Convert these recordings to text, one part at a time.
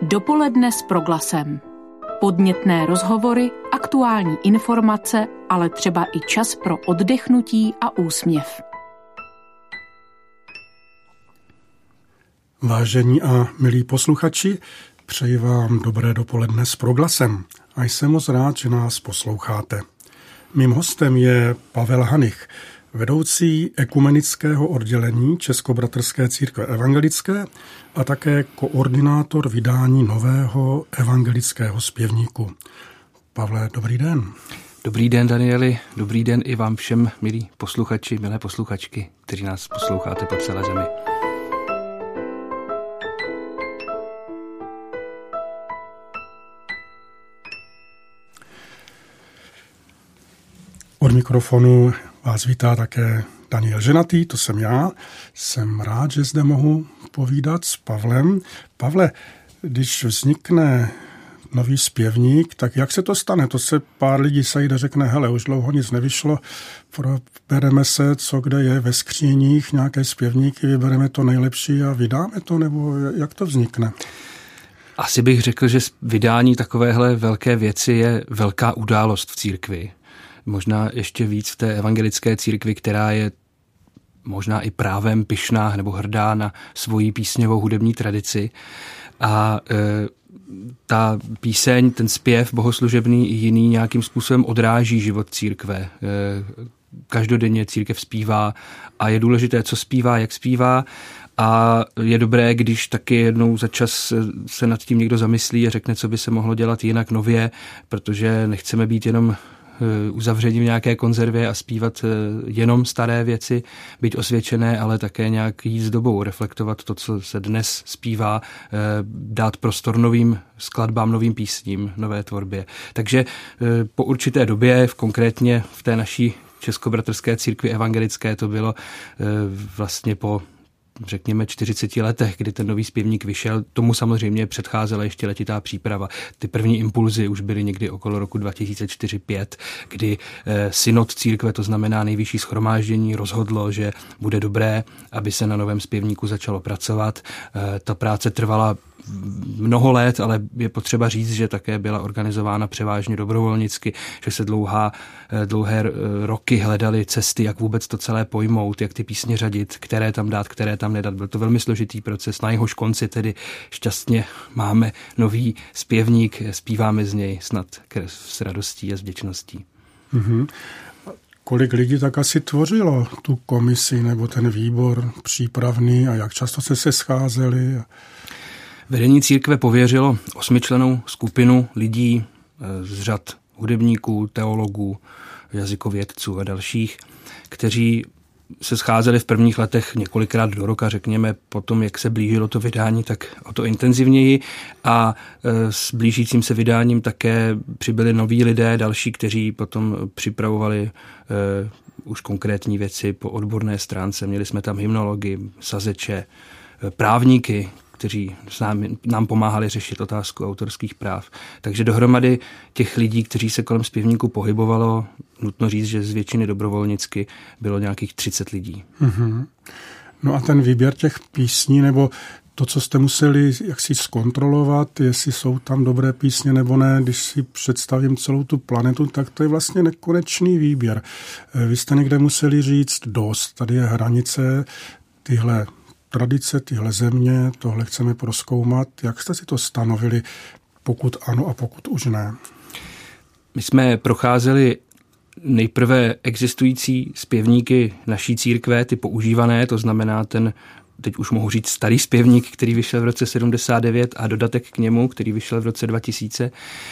Dopoledne s Proglasem. Podnětné rozhovory, aktuální informace, ale třeba i čas pro oddechnutí a úsměv. Vážení a milí posluchači, přeji vám dobré dopoledne s Proglasem a jsem moc rád, že nás posloucháte. Mým hostem je Pavel Hanich, vedoucí ekumenického oddělení Českobratrské církve evangelické a také koordinátor vydání nového evangelického zpěvníku. Pavle, dobrý den. Dobrý den, Danieli, dobrý den i vám všem, milí posluchači, milé posluchačky, kteří nás posloucháte po celé zemi. Od mikrofonu vás vítá také Daniel Ženatý, to jsem já. Jsem rád, že zde mohu povídat s Pavlem. Pavle, když vznikne nový zpěvník, tak jak se to stane? To se pár lidí sejde, řekne, hele, už dlouho nic nevyšlo, probereme se, co kde je ve skříních, nějaké zpěvníky, vybereme to nejlepší a vydáme to, nebo jak to vznikne? Asi bych řekl, že vydání takovéhle velké věci je velká událost v církvi. Možná ještě víc v té evangelické církvi, která je možná i právem pyšná nebo hrdá na svoji písňovou hudební tradici. A ta píseň, ten zpěv bohoslužebný i jiný nějakým způsobem odráží život církve. Každodenně církev zpívá a je důležité, co zpívá, jak zpívá. A je dobré, když taky jednou za čas se nad tím někdo zamyslí a řekne, co by se mohlo dělat jinak nově, protože nechceme být jenom uzavření v nějaké konzervě a zpívat jenom staré věci, být osvědčené, ale také nějak jít s dobou, reflektovat to, co se dnes zpívá, dát prostor novým skladbám, novým písním, nové tvorbě. Takže po určité době, konkrétně v té naší Českobratrské církvi evangelické, to bylo vlastně po řekněme 40 letech, kdy ten nový zpěvník vyšel, tomu samozřejmě předcházela ještě letitá příprava. Ty první impulzy už byly někdy okolo roku 2004-2005, kdy synod církve, to znamená nejvyšší shromáždění, rozhodlo, že bude dobré, aby se na novém zpěvníku začalo pracovat. Ta práce trvala mnoho let, ale je potřeba říct, že také byla organizována převážně dobrovolnicky, že se dlouhé roky hledaly cesty, jak vůbec to celé pojmout, jak ty písně řadit, které tam dát, které tam nedat. Byl to velmi složitý proces, na jehož konci tedy šťastně máme nový zpěvník, zpíváme z něj snad s radostí a s vděčností. Mm-hmm. Kolik lidí tak asi tvořilo tu komisi nebo ten výbor přípravný a jak často se scházeli? Vedení církve pověřilo 8člennou skupinu lidí z řad hudebníků, teologů, jazykovědců a dalších, kteří se scházeli v prvních letech několikrát do roka, řekněme, potom, jak se blížilo to vydání, tak o to intenzivněji a s blížícím se vydáním také přibyli noví lidé, další, kteří potom připravovali už konkrétní věci po odborné stránce. Měli jsme tam hymnology, sazeče, právníky, kteří nám pomáhali řešit otázku autorských práv. Takže dohromady těch lidí, kteří se kolem zpěvníku pohybovalo, nutno říct, že z většiny dobrovolnicky bylo nějakých 30 lidí. Mm-hmm. No a ten výběr těch písní, nebo to, co jste museli jaksi zkontrolovat, jestli jsou tam dobré písně nebo ne, když si představím celou tu planetu, tak to je vlastně nekonečný výběr. Vy jste někde museli říct dost, tady je hranice, tyhle tradice, tyhle země, tohle chceme prozkoumat. Jak jste si to stanovili, pokud ano a pokud už ne? My jsme procházeli nejprve existující zpěvníky naší církve, ty používané, to znamená ten, teď už mohu říct, starý zpěvník, který vyšel v roce 79 a dodatek k němu, který vyšel v roce 2000.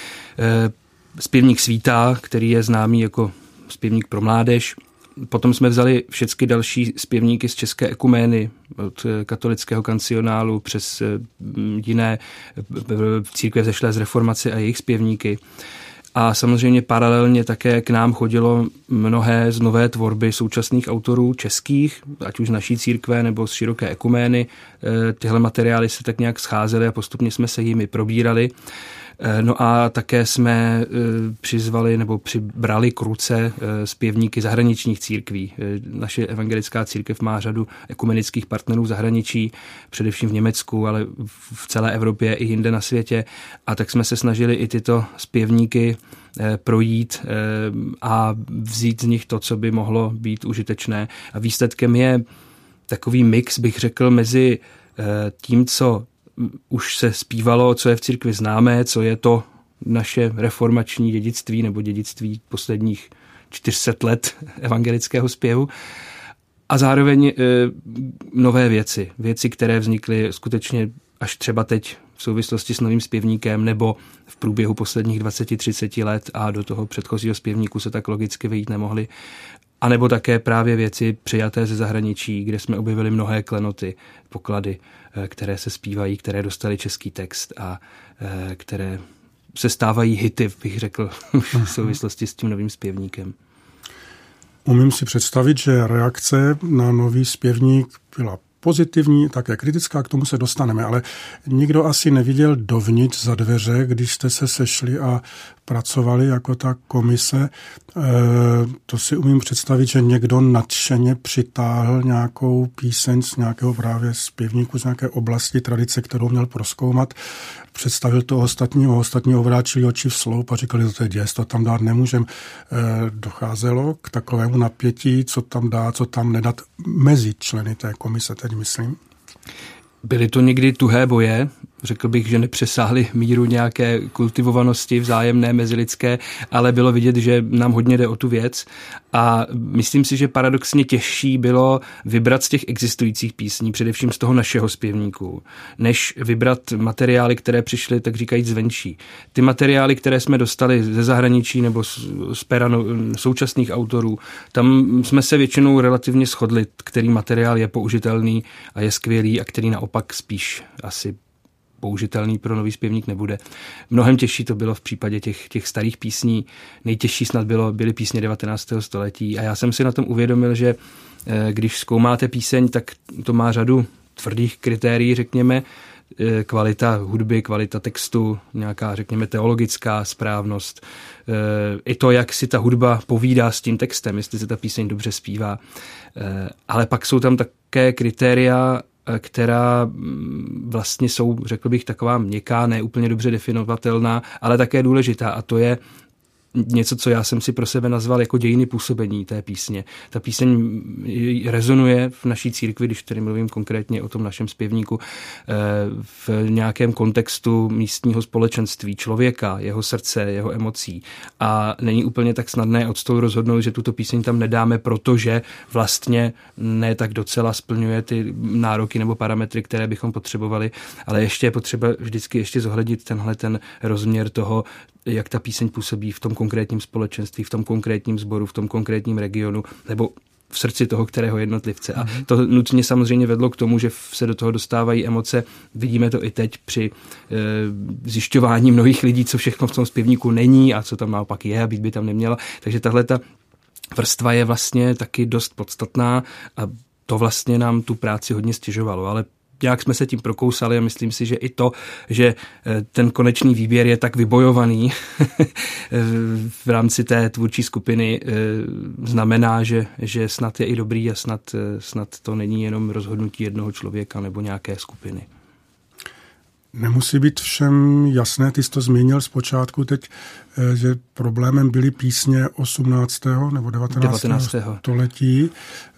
Zpěvník Svítá, který je známý jako zpěvník pro mládež. Potom jsme vzali všechny další zpěvníky z české ekumény, od katolického kancionálu přes jiné církve vzešlé z reformace a jejich zpěvníky. A samozřejmě paralelně také k nám chodilo mnohé z nové tvorby současných autorů českých, ať už z naší církve nebo z široké ekumény. Tyhle materiály se tak nějak scházely a postupně jsme se jimi probírali. No a také jsme přizvali nebo přibrali k ruce zpěvníky zahraničních církví. Naše evangelická církev má řadu ekumenických partnerů v zahraničí, především v Německu, ale v celé Evropě i jinde na světě. A tak jsme se snažili i tyto zpěvníky projít a vzít z nich to, co by mohlo být užitečné. A výsledkem je takový mix, bych řekl, mezi tím, co už se zpívalo, co je v církvi známé, co je to naše reformační dědictví nebo dědictví posledních 400 let evangelického zpěvu a zároveň nové věci, které vznikly skutečně až třeba teď v souvislosti s novým zpěvníkem nebo v průběhu posledních 20-30 let a do toho předchozího zpěvníku se tak logicky vejít nemohli. A nebo také právě věci přijaté ze zahraničí, kde jsme objevili mnohé klenoty, poklady, které se zpívají, které dostaly český text a které se stávají hity, bych řekl, v souvislosti s tím novým zpěvníkem. Umím si představit, že reakce na nový zpěvník byla pozitivní, také kritická, k tomu se dostaneme, ale nikdo asi neviděl dovnitř za dveře, když jste se sešli a pracovali jako ta komise. To si umím představit, že někdo nadšeně přitáhl nějakou píseň z nějakého právě zpěvníku, z nějaké oblasti tradice, kterou měl prozkoumat. Představil to ostatní ovráčili oči v sloup a říkali, že to je děs, to tam dát nemůžem. Docházelo k takovému napětí, co tam dát, co tam nedat mezi členy té komise, teď myslím. Byly to někdy tuhé boje, řekl bych, že nepřesáhly míru nějaké kultivovanosti vzájemné mezilidské, ale bylo vidět, že nám hodně jde o tu věc a myslím si, že paradoxně těžší bylo vybrat z těch existujících písní, především z toho našeho zpěvníku, než vybrat materiály, které přišly, tak říkajíc, zvenčí. Ty materiály, které jsme dostali ze zahraničí nebo z pera současných autorů, tam jsme se většinou relativně shodli, který materiál je použitelný a je skvělý a který naopak spíš asi použitelný pro nový zpěvník nebude. Mnohem těžší to bylo v případě těch starých písní. Nejtěžší snad byly písně 19. století a já jsem si na tom uvědomil, že když zkoumáte píseň, tak to má řadu tvrdých kritérií, řekněme, kvalita hudby, kvalita textu, nějaká, řekněme, teologická správnost, i to, jak si ta hudba povídá s tím textem, jestli se ta píseň dobře zpívá. Ale pak jsou tam také kritéria, která vlastně jsou, řekl bych, taková měkká, ne úplně dobře definovatelná, ale také důležitá a to je něco, co já jsem si pro sebe nazval jako dějiny působení té písně. Ta píseň rezonuje v naší církvi, když tedy mluvím konkrétně o tom našem zpěvníku, v nějakém kontextu místního společenství, člověka, jeho srdce, jeho emocí. A není úplně tak snadné od stolu rozhodnout, že tuto píseň tam nedáme, protože vlastně ne tak docela splňuje ty nároky nebo parametry, které bychom potřebovali, ale ještě je potřeba vždycky ještě zohlednit ten rozměr toho, jak ta píseň působí v tom konkrétním společenství, v tom konkrétním sboru, v tom konkrétním regionu, nebo v srdci toho, kterého jednotlivce. A to nutně samozřejmě vedlo k tomu, že se do toho dostávají emoce. Vidíme to i teď při zjišťování mnohých lidí, co všechno v tom zpěvníku není a co tam naopak je a být by tam neměla. Takže tahle ta vrstva je vlastně taky dost podstatná a to vlastně nám tu práci hodně stěžovalo, ale nějak jsme se tím prokousali a myslím si, že i to, že ten konečný výběr je tak vybojovaný v rámci té tvůrčí skupiny, znamená, že snad je i dobrý a snad to není jenom rozhodnutí jednoho člověka nebo nějaké skupiny. Nemusí být všem jasné, ty jsi to zmínil zpočátku teď, že problémem byly písně 18. nebo 19. století.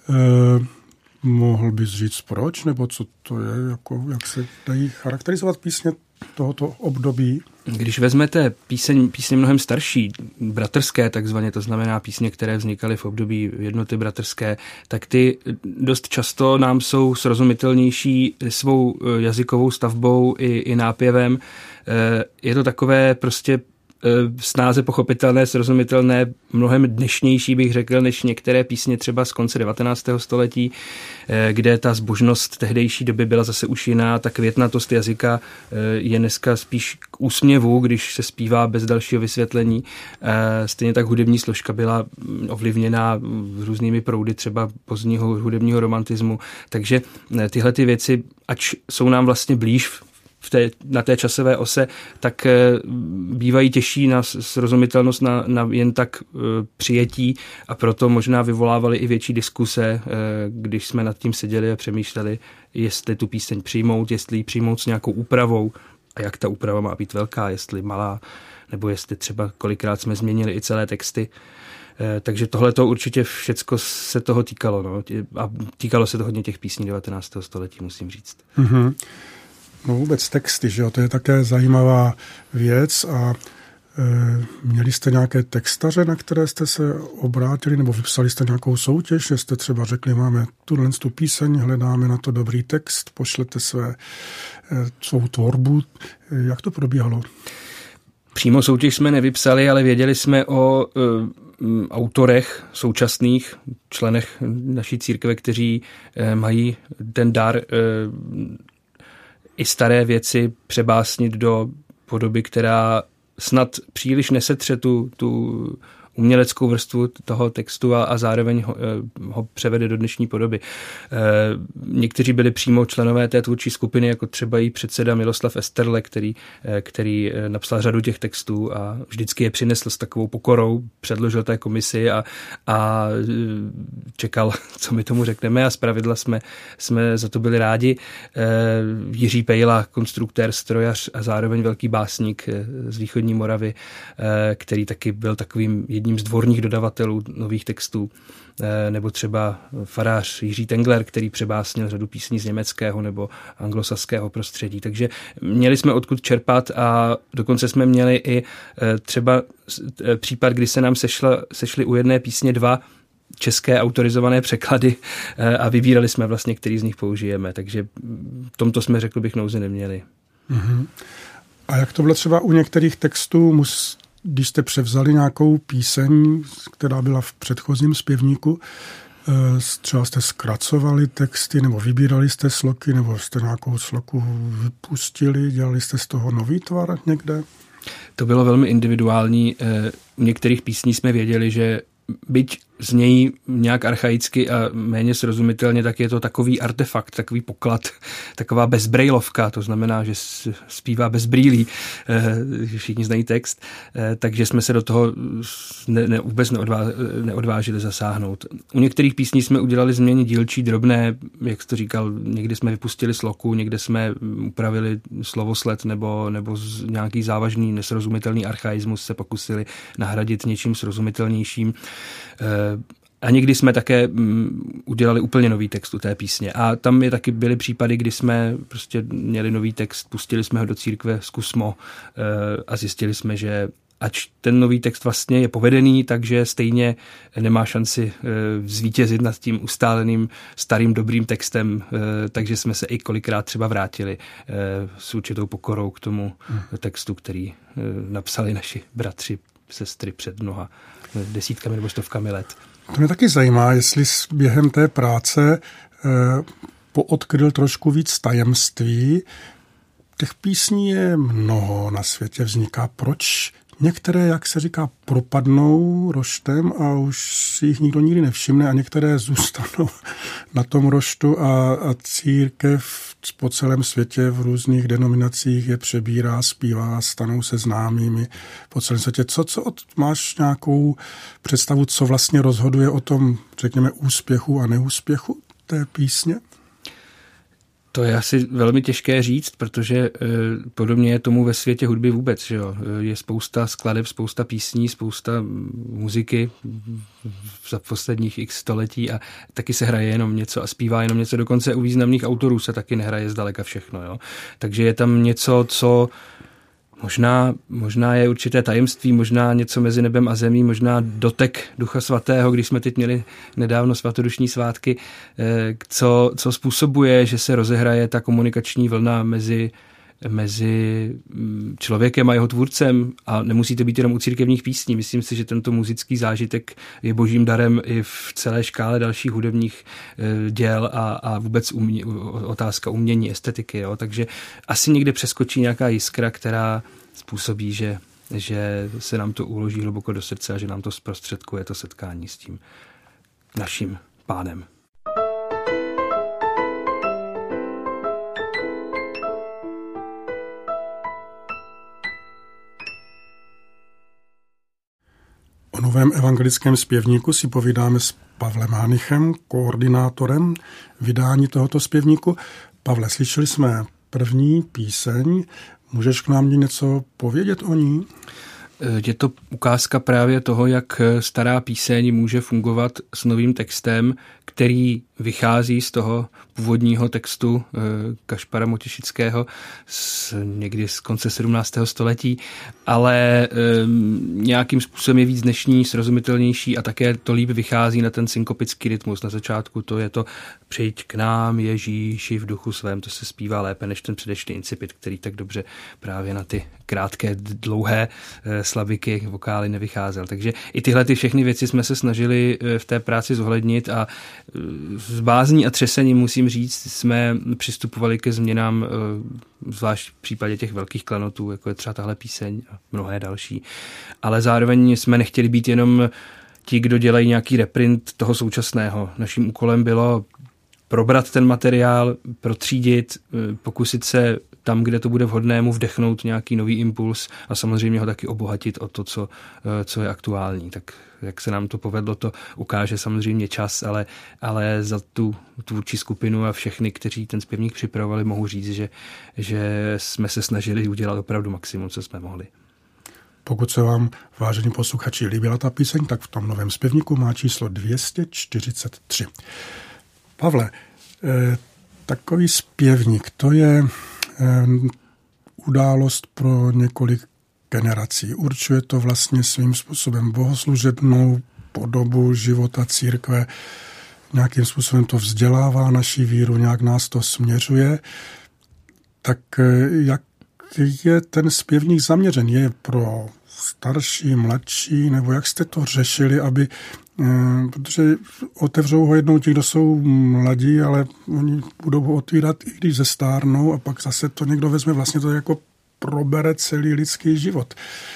Mohl bys říct proč, nebo co to je, jako, jak se dají charakterizovat písně tohoto období? Když vezmete písně mnohem starší, bratrské takzvaně, to znamená písně, které vznikaly v období jednoty bratrské, tak ty dost často nám jsou srozumitelnější svou jazykovou stavbou i nápěvem. Je to takové prostě snáze pochopitelné, srozumitelné, mnohem dnešnější, bych řekl, než některé písně třeba z konce 19. století, kde ta zbožnost tehdejší doby byla zase už jiná, ta květnatost jazyka je dneska spíš k úsměvu, když se zpívá bez dalšího vysvětlení. Stejně tak hudební složka byla ovlivněná různými proudy třeba pozdního hudebního romantismu, takže tyhle ty věci, ač jsou nám vlastně blíž na té časové ose, tak bývají těžší na srozumitelnost, na jen tak přijetí a proto možná vyvolávali i větší diskuse, když jsme nad tím seděli a přemýšleli, jestli tu píseň přijmout, jestli ji přijmout s nějakou úpravou a jak ta úprava má být velká, jestli malá, nebo jestli třeba kolikrát jsme změnili i celé texty. Takže tohle to určitě všecko se toho týkalo. No. A týkalo se to hodně těch písní 19. století, musím říct. Mm-hmm. No vůbec texty, že jo, to je také zajímavá věc a měli jste nějaké textaře, na které jste se obrátili, nebo vypsali jste nějakou soutěž, že jste třeba řekli, máme tu píseň, hledáme na to dobrý text, pošlete svou tvorbu. Jak to probíhalo? Přímo soutěž jsme nevypsali, ale věděli jsme o autorech současných, členech naší církve, kteří mají ten dar i staré věci přebásnit do podoby, která snad příliš nesetře tu uměleckou vrstvu toho textu a zároveň ho převede do dnešní podoby. Někteří byli přímo členové té tvůrčí skupiny, jako třeba i předseda Miloslav Esterle, který napsal řadu těch textů a vždycky je přinesl s takovou pokorou, předložil té komisi a čekal, co my tomu řekneme a zpravidla jsme za to byli rádi. Jiří Pejla, konstruktér, strojař a zároveň velký básník z východní Moravy, který taky byl takovým jedním z dvorních dodavatelů nových textů, nebo třeba farář Jiří Tengler, který přebásnil řadu písní z německého nebo anglosaského prostředí. Takže měli jsme odkud čerpat a dokonce jsme měli i třeba případ, kdy se nám sešly u jedné písně 2 české autorizované překlady a vybírali jsme vlastně, který z nich použijeme. Takže tomto jsme, řekl bych, nouzi neměli. Mm-hmm. A jak to bylo třeba u některých textů, když jste převzali nějakou píseň, která byla v předchozím zpěvníku, třeba jste zkracovali texty, nebo vybírali jste sloky, nebo jste nějakou sloku vypustili, dělali jste z toho nový tvar někde? To bylo velmi individuální. U některých písní jsme věděli, že byť znějí nějak archaicky a méně srozumitelně, tak je to takový artefakt, takový poklad, taková bezbrejlovka, to znamená, že zpívá bez brýlí, všichni znají text, takže jsme se do toho vůbec neodvážili zasáhnout. U některých písní jsme udělali změny dílčí, drobné, jak jsi to říkal, někde jsme vypustili sloku, někde jsme upravili slovosled nebo nějaký závažný nesrozumitelný archaismus se pokusili nahradit něčím srozumitelnějším. A někdy jsme také udělali úplně nový text u té písně. A tam taky byly případy, kdy jsme prostě měli nový text, pustili jsme ho do církve zkusmo a zjistili jsme, že ač ten nový text vlastně je povedený, takže stejně nemá šanci zvítězit nad tím ustáleným starým dobrým textem, takže jsme se i kolikrát třeba vrátili s určitou pokorou k tomu textu, který napsali naši bratři, sestry před mnoha desítkami nebo stovkami let. To mě taky zajímá, jestli během té práce poodkryl trošku víc tajemství. Těch písní je mnoho na světě, vzniká. Proč některé, jak se říká, propadnou roštem a už si jich nikdo nikdy nevšimne a některé zůstanou na tom roštu a církev po celém světě v různých denominacích je přebírá, zpívá, stanou se známými po celém světě. Máš nějakou představu, co vlastně rozhoduje o tom, řekněme, úspěchu a neúspěchu té písně? To je asi velmi těžké říct, protože podobně je tomu ve světě hudby vůbec. Že jo? Je spousta skladeb, spousta písní, spousta muziky za posledních x století a taky se hraje jenom něco a zpívá jenom něco. Dokonce u významných autorů se taky nehraje zdaleka všechno. Jo? Takže je tam něco, co možná je určité tajemství, možná něco mezi nebem a zemí, možná dotek Ducha Svatého, když jsme teď měli nedávno svatodušní svátky, co způsobuje, že se rozehraje ta komunikační vlna mezi člověkem a jeho tvůrcem a nemusí to být jenom u církevních písní. Myslím si, že tento muzický zážitek je božím darem i v celé škále dalších hudebních děl a vůbec otázka umění, estetiky. Jo? Takže asi někde přeskočí nějaká jiskra, která způsobí, že se nám to uloží hluboko do srdce a že nám to zprostředkuje to setkání s tím naším Pánem. novém evangelickém zpěvníku si povídáme s Pavlem Hanichem, koordinátorem vydání tohoto zpěvníku. Pavle, slyšeli jsme první píseň. Můžeš k nám něco povědět o ní? Je to ukázka právě toho, jak stará píseň může fungovat s novým textem, který vychází z toho původního textu Kašpara Motěšického někdy z konce 17. století, ale nějakým způsobem je víc dnešní, srozumitelnější a také to líp vychází na ten synkopický rytmus. Na začátku to je to přijď k nám Ježíši v duchu svém, to se zpívá lépe než ten předešlý incipit, který tak dobře právě na ty krátké, dlouhé slabiky, vokály nevycházel. Takže i tyhle ty všechny věci jsme se snažili v té práci zohlednit a s bázní a třesením, musím říct, jsme přistupovali ke změnám, zvlášť v případě těch velkých klenotů, jako je třeba tahle píseň a mnohé další. Ale zároveň jsme nechtěli být jenom ti, kdo dělají nějaký reprint toho současného. Naším úkolem bylo probrat ten materiál, protřídit, pokusit se tam, kde to bude vhodné, mu vdechnout nějaký nový impuls a samozřejmě ho taky obohatit o to, co je aktuální. Tak jak se nám to povedlo, to ukáže samozřejmě čas, ale za tu tvůrčí skupinu a všechny, kteří ten zpěvník připravovali, mohu říct, že jsme se snažili udělat opravdu maximum, co jsme mohli. Pokud se vám, vážení posluchači, líbila ta píseň, tak v tom novém zpěvníku má číslo 243. Pavle, takový zpěvník, to je událost pro několik generací. Určuje to vlastně svým způsobem bohoslužebnou podobu života církve. Nějakým způsobem to vzdělává naši víru, nějak nás to směřuje. Tak jak je ten zpěvník zaměřen? Je pro starší, mladší, nebo jak jste to řešili, aby, protože otevřou ho jednou ti, kdo jsou mladí, ale oni budou ho otvírat, i když zestárnou, a pak zase to někdo vezme, vlastně to jako probere celý lidský život.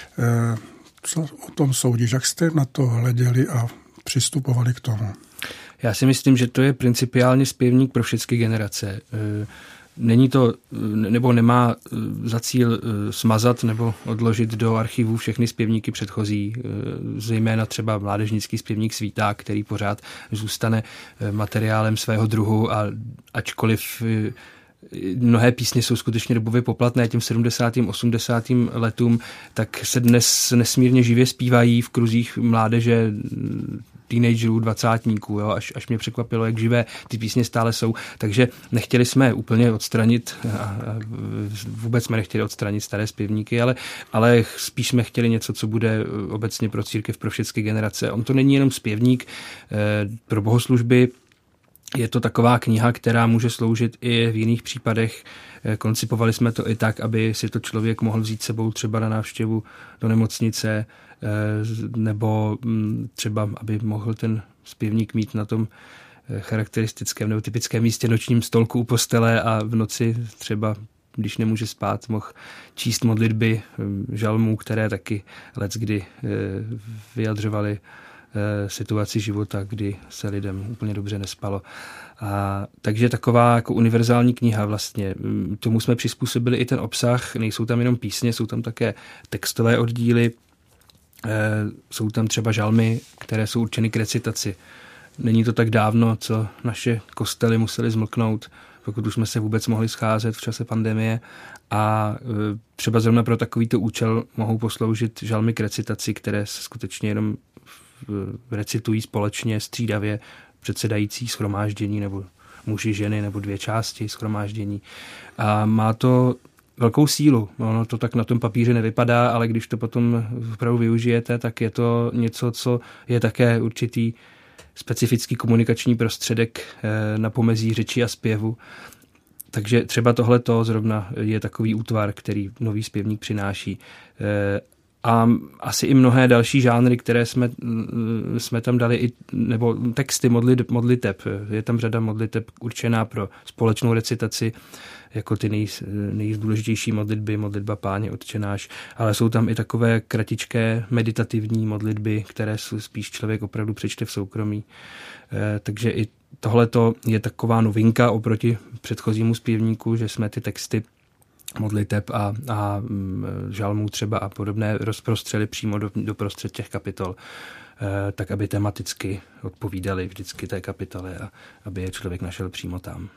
Co o tom soudíš? Jak jste na to hleděli a přistupovali k tomu? Já si myslím, že to je principiálně zpěvník pro všechny generace. Není to, nebo nemá za cíl smazat nebo odložit do archivů všechny zpěvníky předchozí, zejména třeba mládežnický zpěvník Svíták, který pořád zůstane materiálem svého druhu, a ačkoliv mnohé písně jsou skutečně dobově poplatné těm 70. 80. letům, tak se dnes nesmírně živě zpívají v kruzích mládeže, teenagerů, dvacátníků, jo, až mě překvapilo, jak živé ty písně stále jsou. Takže nechtěli jsme úplně odstranit, a vůbec jsme nechtěli odstranit staré zpěvníky, ale spíš jsme chtěli něco, co bude obecně pro církev, pro všechny generace. On to není jenom zpěvník pro bohoslužby, je to taková kniha, která může sloužit i v jiných případech. Koncipovali jsme to i tak, aby si to člověk mohl vzít sebou třeba na návštěvu do nemocnice, nebo třeba, aby mohl ten zpěvník mít na tom charakteristickém nebo typickém místě nočním stolku u postele a v noci třeba, když nemůže spát, mohl číst modlitby žalmů, které taky leckdy vyjadřovaly situaci života, kdy se lidem úplně dobře nespalo. Takže taková jako univerzální kniha vlastně. Tomu jsme přizpůsobili i ten obsah. Nejsou tam jenom písně, jsou tam také textové oddíly. Jsou tam třeba žalmy, které jsou určeny k recitaci. Není to tak dávno, co naše kostely museli zmlknout, pokud už jsme se vůbec mohli scházet v čase pandemie, a třeba zrovna pro takovýto účel mohou posloužit žalmy k recitaci, které se skutečně jenom recitují společně, střídavě, předsedající shromáždění, nebo muži, ženy, nebo dvě části shromáždění. A má to velkou sílu. Ono to tak na tom papíře nevypadá, ale když to potom opravdu využijete, tak je to něco, co je také určitý specifický komunikační prostředek na pomezí řeči a zpěvu. Takže třeba tohleto zrovna je takový útvar, který nový zpěvník přináší. A asi i mnohé další žánry, které jsme tam dali, nebo texty modliteb. Je tam řada modliteb určená pro společnou recitaci, jako ty nejdůležitější modlitby, modlitba Páně, Otče náš, ale jsou tam i takové kratičké meditativní modlitby, které spíš člověk opravdu přečte v soukromí. Takže i tohleto je taková novinka oproti předchozímu zpěvníku, že jsme ty texty modliteb a žalmů třeba a podobné rozprostřeli přímo do prostřed těch kapitol, tak aby tematicky odpovídali vždycky té kapitole a aby je člověk našel přímo tam.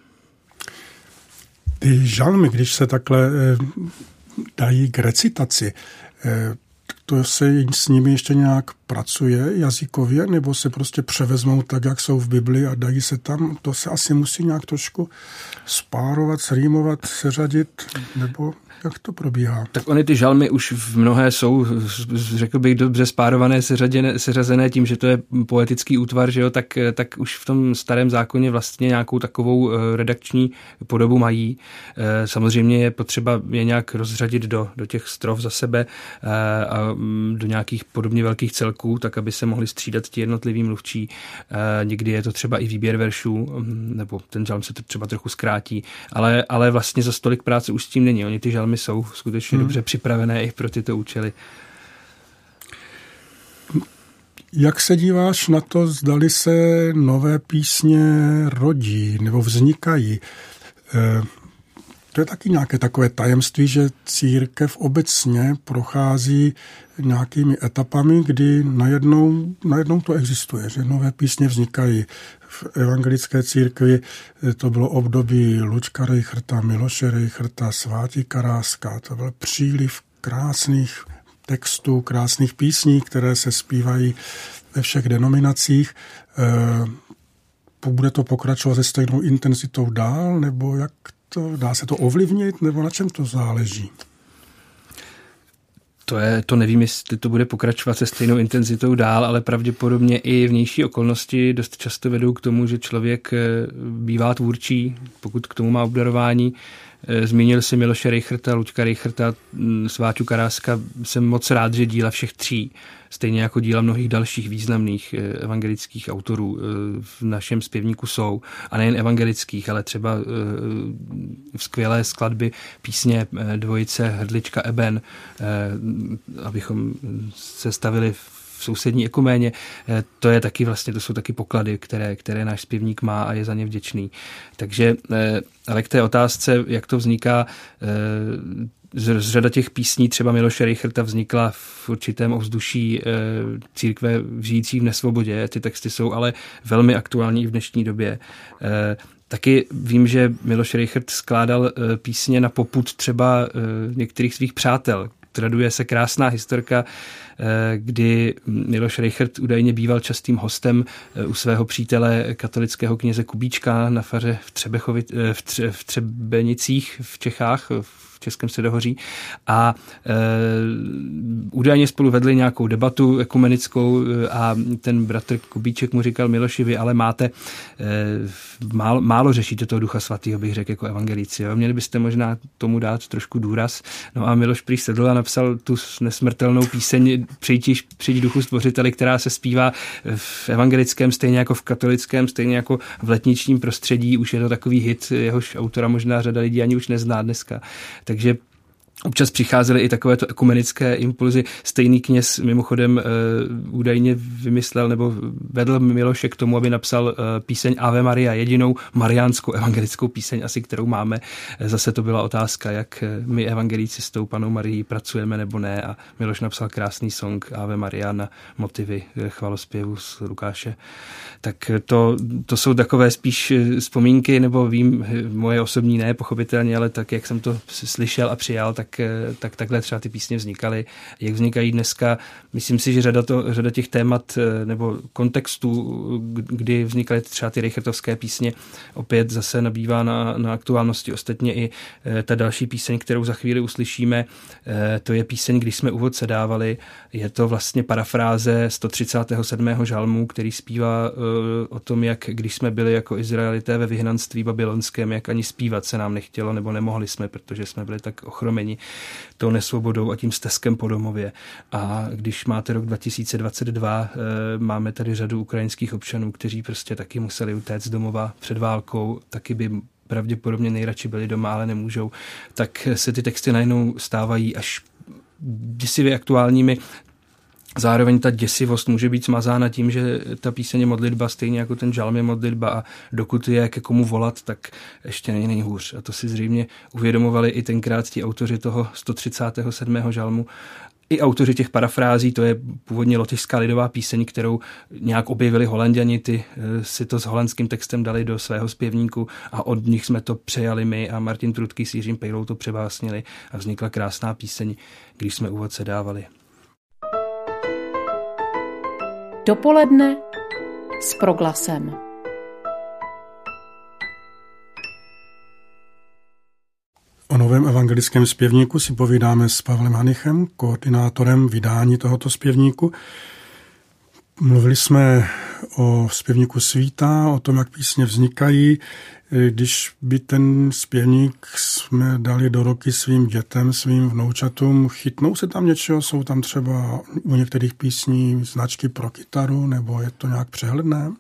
Ty žalmy, když se takhle dají k recitaci, to se s nimi ještě nějak pracuje jazykově, nebo se prostě převezmou tak, jak jsou v Bibli a dají se tam? To se asi musí nějak trošku spárovat, srýmovat, seřadit, nebo jak to probíhá? Tak ony ty žalmy už v mnohé jsou, řekl bych, dobře spárované, seřazené tím, že to je poetický útvar, že jo, tak už v tom starém zákoně vlastně nějakou takovou redakční podobu mají. Samozřejmě je potřeba je nějak rozřadit do těch strof za sebe a do nějakých podobně velkých celků, tak aby se mohli střídat ti jednotliví mluvčí. Někdy je to třeba i výběr veršů, nebo ten žalm se třeba trochu zkrátí, ale vlastně za stolik práce už s tím není. Oni ty žalmy jsou skutečně dobře připravené i pro tyto účely. Jak se díváš na to, zdali se nové písně rodí nebo vznikají? To je taky nějaké takové tajemství, že církev obecně prochází nějakými etapami, kdy najednou to existuje, že nové písně vznikají. V evangelické církvi to bylo období Luďka Rejchrta, Miloše Rejchrta, Sváti Karáska. To byl příliv krásných textů, krásných písní, které se zpívají ve všech denominacích. Bude to pokračovat se stejnou intenzitou dál, nebo jak dá se to ovlivnit, nebo na čem to záleží? To nevím, jestli to bude pokračovat se stejnou intenzitou dál, ale pravděpodobně i vnější okolnosti dost často vedou k tomu, že člověk bývá tvůrčí, pokud k tomu má obdarování. Zmínil si Miloše Rejchrta, Luďka Rejchrta, Sváťu Karáska. Jsem moc rád, že díla všech tří, stejně jako díla mnohých dalších významných evangelických autorů v našem zpěvníku jsou. A nejen evangelických, ale třeba skvělé skladby písně dvojice Hrdlička Eben, abychom se stavili v sousední ekuméně. To je taky vlastně, to jsou taky poklady, které náš zpěvník má a je za ně vděčný. Takže, ale k té otázce, jak to vzniká, z řada těch písní třeba Miloše Rejchrta vznikla v určitém ovzduší církve žijící v nesvobodě. Ty texty jsou ale velmi aktuální i v dnešní době. Taky vím, že Miloš Rejchrt skládal písně na popud třeba některých svých přátel. Traduje se krásná historka, kdy Miloš Rejchrt údajně býval častým hostem u svého přítele katolického kněze Kubíčka na faře v Třebenicích v Čechách, v Českém Středohoří a údajně spolu vedli nějakou debatu ekumenickou a ten bratr Kubíček mu říkal: Miloši, vy ale máte málo řešíte toho Ducha Svatého, bych řekl, jako evangelíci. Jo? Měli byste možná tomu dát trošku důraz. No a Miloš prý sedl a napsal tu nesmrtelnou píseň Přijď Duchu Stvořiteli, která se zpívá v evangelickém, stejně jako v katolickém, stejně jako v letničním prostředí. Už je to takový hit, jehož autora možná řada lidí ani už nezná dneska. Takže občas přicházely i takovéto ekumenické impulzy. Stejný kněz mimochodem údajně vymyslel nebo vedl Miloše k tomu, aby napsal píseň Ave Maria, jedinou mariánskou evangelickou píseň asi, kterou máme. Zase to byla otázka, jak my evangelíci s tou Pannou Marií pracujeme nebo ne, a Miloš napsal krásný song Ave Maria na motivy chvalospěvu z Lukáše. Tak to jsou takové spíš vzpomínky, nebo vím, moje osobní ne, pochopitelně, ale tak, jak jsem to slyšel a přijal, tak takhle třeba ty písně vznikaly. Jak vznikají dneska, myslím si, že řada těch témat nebo kontextů, kdy vznikaly třeba ty rejchrtovské písně, opět zase nabývá na aktuálnosti. Ostatně i ta další píseň, kterou za chvíli uslyšíme, to je píseň Když jsme úvod sedávali. Je to vlastně parafráze 137. žalmu, který zpívá o tom, jak když jsme byli jako Izraelité ve vyhnanství babylonském, jak ani zpívat se nám nechtělo nebo nemohli jsme, protože jsme byli tak ochromeni tou nesvobodou a tím steskem po domově. A když máte rok 2022, máme tady řadu ukrajinských občanů, kteří prostě taky museli utéct z domova před válkou, taky by pravděpodobně nejradši byli doma, ale nemůžou, tak se ty texty najednou stávají až děsivě aktuálními. zároveň ta děsivost může být smazána tím, že ta píseň je modlitba, stejně jako ten žalm je modlitba a dokud je ke komu volat, tak ještě není nejhůř. A to si zřejmě uvědomovali i tenkrát ti autoři toho 137. žalmu. I autoři těch parafrází, to je původně lotyšská lidová píseň, kterou nějak objevili Holanďani, ty si to s holandským textem dali do svého zpěvníku a od nich jsme to přejali my a Martin Prudký s Jiřím Pejlou to přebásnili a vznikla krásná píseň, když jsme úvod se dávali. Dopoledne s Proglasem. O novém evangelickém zpěvníku si povídáme s Pavlem Hanichem, koordinátorem vydání tohoto zpěvníku. Mluvili jsme o zpěvníku Svíta, o tom, jak písně vznikají. Když by ten zpěvník jsme dali do ruky svým dětem, svým vnoučatům, chytnou se tam něčeho? Jsou tam třeba u některých písní značky pro kytaru, nebo je to nějak přehledné?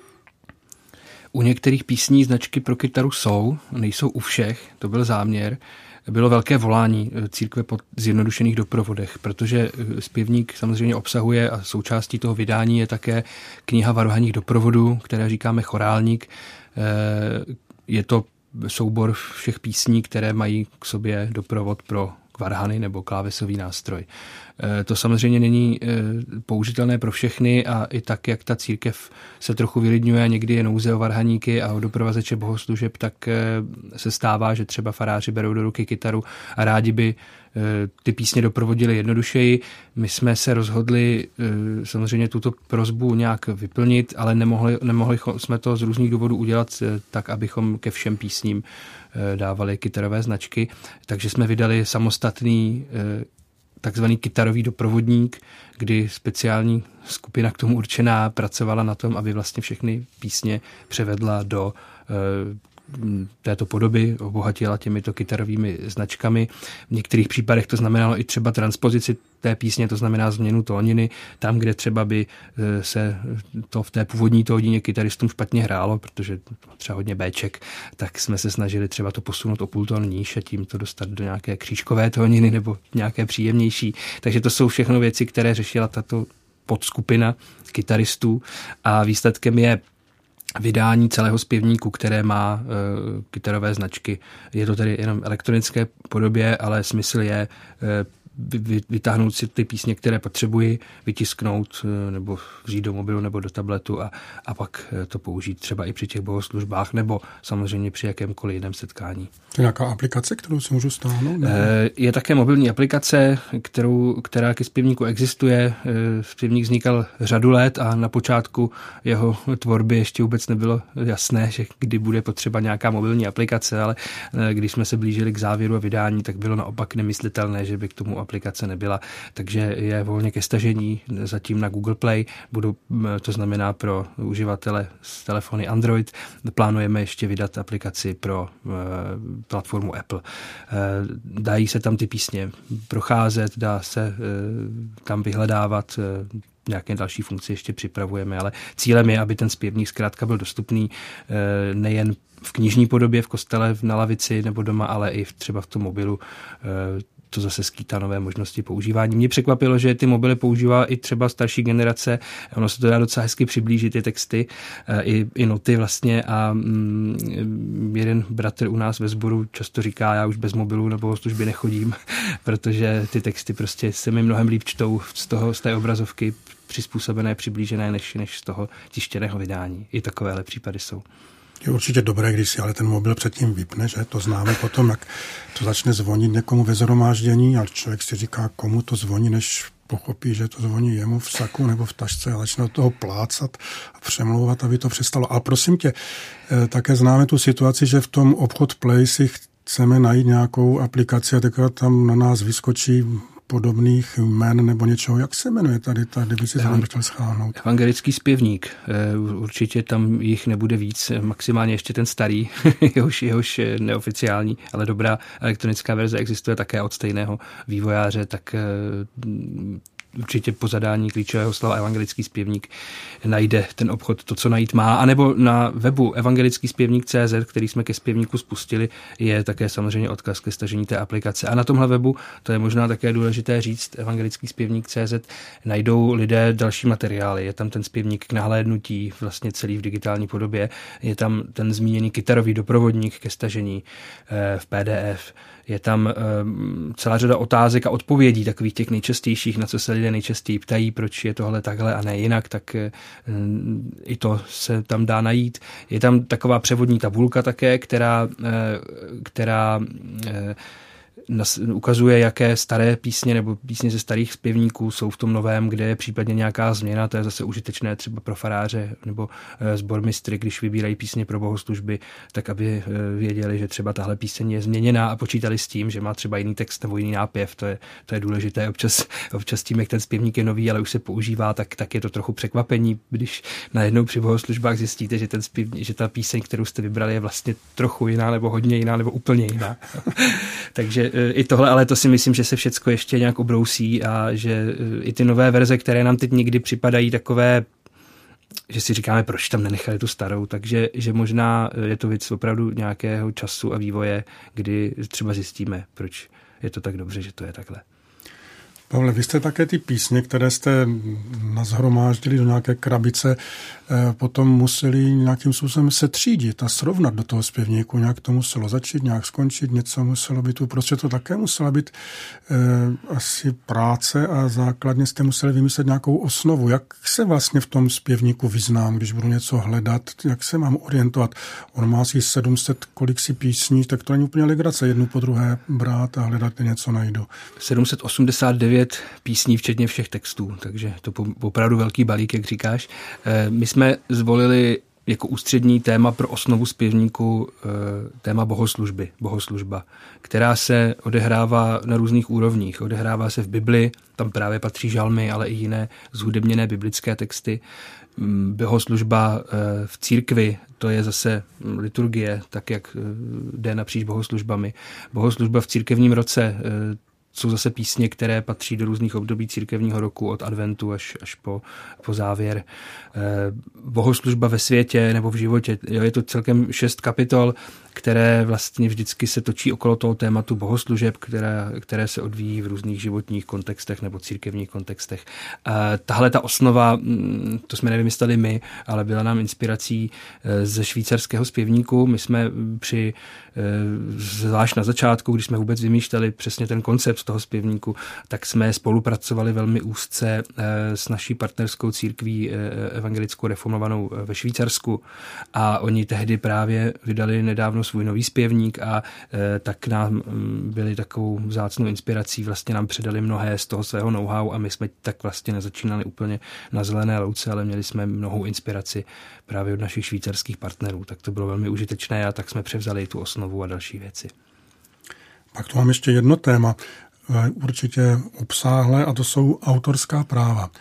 U některých písní značky pro kytaru jsou, nejsou u všech, to byl záměr. Bylo velké volání církve po zjednodušených doprovodech, protože zpěvník samozřejmě obsahuje a součástí toho vydání je také kniha varhanních doprovodů, které říkáme chorálník. Je to soubor všech písní, které mají k sobě doprovod pro varhany nebo klávesový nástroj. To samozřejmě není použitelné pro všechny a i tak, jak ta církev se trochu vylidňuje, někdy je nouze o varhaníky a o doprovazeče bohoslužeb, tak se stává, že třeba faráři berou do ruky kytaru a rádi by ty písně doprovodili jednodušeji. My jsme se rozhodli samozřejmě tuto prosbu nějak vyplnit, ale nemohli jsme to z různých důvodů udělat tak, abychom ke všem písním dávali kytarové značky. Takže jsme vydali samostatný takzvaný kytarový doprovodník, kdy speciální skupina k tomu určená pracovala na tom, aby vlastně všechny písně převedla do této podoby, obohatila těmito kytarovými značkami. V některých případech to znamenalo i třeba transpozici té písně, to znamená změnu tóniny, tam, kde třeba by se to v té původní tónině kytaristům špatně hrálo, protože třeba hodně béček, tak jsme se snažili třeba to posunout o půl tón níž a tím to dostat do nějaké křížkové tóniny nebo nějaké příjemnější. Takže to jsou všechno věci, které řešila tato podskupina kytaristů a výsledkem je vydání celého zpěvníku, které má kytarové značky. Je to tedy jenom elektronické podobě, ale smysl je vytáhnout si ty písně, které potřebuji, vytisknout nebo vzít do mobilu nebo do tabletu a pak to použít třeba i při těch bohoslužbách nebo samozřejmě při jakémkoliv jiném setkání. To je nějaká aplikace, kterou si můžu stáhnout? Je také mobilní aplikace, která ke zpěvníku existuje. Zpěvník vznikal řadu let a na počátku jeho tvorby ještě vůbec nebylo jasné, že kdy bude potřeba nějaká mobilní aplikace, ale když jsme se blížili k závěru a vydání, tak bylo naopak nemyslitelné, že by k tomu aplikace nebyla, takže je volně ke stažení zatím na Google Play, to znamená pro uživatele z telefony Android. Plánujeme ještě vydat aplikaci pro platformu Apple. Dají se tam ty písně procházet, dá se tam vyhledávat, nějaké další funkce ještě připravujeme, ale cílem je, aby ten zpěvník zkrátka byl dostupný nejen v knižní podobě, v kostele, na lavici nebo doma, ale i třeba v tom mobilu. To zase skýtá nové možnosti používání. Mě překvapilo, že ty mobily používá i třeba starší generace. Ono se to dá docela hezky přiblížit, ty texty, i noty vlastně a jeden bratr u nás ve sboru často říká, já už bez mobilu nebo služby nechodím, protože ty texty prostě se mi mnohem líp čtou z té obrazovky přizpůsobené, přiblížené než z toho tištěného vydání. I takovéhle případy jsou. Je určitě dobré, když si ale ten mobil předtím vypne, že to známe potom, jak to začne zvonit někomu ve shromáždění a člověk si říká, komu to zvoní, než pochopí, že to zvoní jemu v saku nebo v tašce a začne do toho plácat a přemlouvat, aby to přestalo. A prosím tě, také známe tu situaci, že v tom obchod Play si chceme najít nějakou aplikaci a taková tam na nás vyskočí podobných jmen nebo něčeho. Jak se jmenuje tady, kdyby si to chtěl schánout? Evangelický zpěvník. Určitě tam jich nebude víc, maximálně ještě ten starý, jehož neoficiální, ale dobrá elektronická verze existuje také od stejného vývojáře, tak určitě po zadání klíčového slova evangelický zpěvník najde ten obchod to, co najít má. A nebo na webu evangelickýspěvník.cz, který jsme ke zpěvníku spustili, je také samozřejmě odkaz ke stažení té aplikace. A na tomhle webu, to je možná také důležité říct, evangelickýspěvník.cz, najdou lidé další materiály. Je tam ten zpěvník k nahlédnutí, vlastně celý v digitální podobě. Je tam ten zmíněný kytarový doprovodník ke stažení v PDF. Je tam celá řada otázek a odpovědí, takových těch nejčastějších, na co se lidé nejčastěji ptají, proč je tohle takhle a ne jinak, tak i to se tam dá najít. Je tam taková převodní tabulka také, která ukazuje, jaké staré písně nebo písně ze starých zpěvníků jsou v tom novém, kde je případně nějaká změna. To je zase užitečné třeba pro faráře nebo sbormistry, když vybírají písně pro bohoslužby, tak aby věděli, že třeba tahle píseň je změněná a počítali s tím, že má třeba jiný text nebo jiný nápěv. To je důležité. Občas tím, jak ten zpěvník je nový, ale už se používá, tak je to trochu překvapení, když najednou při bohoslužbách zjistíte, že ta píseň, kterou jste vybrali, je vlastně trochu jiná nebo hodně jiná nebo úplně jiná. Takže i tohle, ale to si myslím, že se všecko ještě nějak obrousí a že i ty nové verze, které nám teď někdy připadají takové, že si říkáme, proč tam nenechali tu starou, takže že možná je to věc opravdu nějakého času a vývoje, kdy třeba zjistíme, proč je to tak dobře, že to je takhle. Pavle, vy jste také ty písně, které jste nashromáždili do nějaké krabice, potom museli nějakým způsobem se třídit a srovnat do toho zpěvníku. Nějak to muselo začít, nějak skončit, něco muselo být uprostřed. To také musela být asi práce a základně jste museli vymyslet nějakou osnovu. Jak se vlastně v tom zpěvníku vyznám, když budu něco hledat, jak se mám orientovat? On má asi 700 kolik si písní, tak to není úplně legrace jednu po druhé brát a hledat, kde něco najdu. 789 písní, včetně všech textů, takže to opravdu velký balík, jak říkáš. My jsme zvolili jako ústřední téma pro osnovu zpěvníku téma bohoslužba, která se odehrává na různých úrovních. Odehrává se v Bibli, tam právě patří žalmy, ale i jiné zhudebněné biblické texty. Bohoslužba v církvi, to je zase liturgie, tak jak jde napříč bohoslužbami. Bohoslužba v církevním roce, jsou zase písně, které patří do různých období církevního roku, od adventu až po závěr. Bohoslužba ve světě nebo v životě. Je to celkem 6 kapitol, které vlastně vždycky se točí okolo toho tématu bohoslužeb, které se odvíjí v různých životních kontextech nebo církevních kontextech. Tahle ta osnova, to jsme nevymysleli my, ale byla nám inspirací ze švýcarského zpěvníku. My jsme zvlášť na začátku, když jsme vůbec vymýšleli přesně ten koncept toho zpěvníku, tak jsme spolupracovali velmi úzce s naší partnerskou církví evangelickou reformovanou ve Švýcarsku a oni tehdy právě vydali nedávno svůj nový zpěvník a tak nám byli takovou vzácnou inspirací, vlastně nám předali mnohé z toho svého know-how a my jsme tak vlastně nezačínali úplně na zelené louce, ale měli jsme mnohou inspiraci právě od našich švýcarských partnerů, tak to bylo velmi užitečné a tak jsme převzali tu osnovu a další věci. Pak tu mám ještě jedno téma, určitě obsáhlé, a to jsou autorská práva.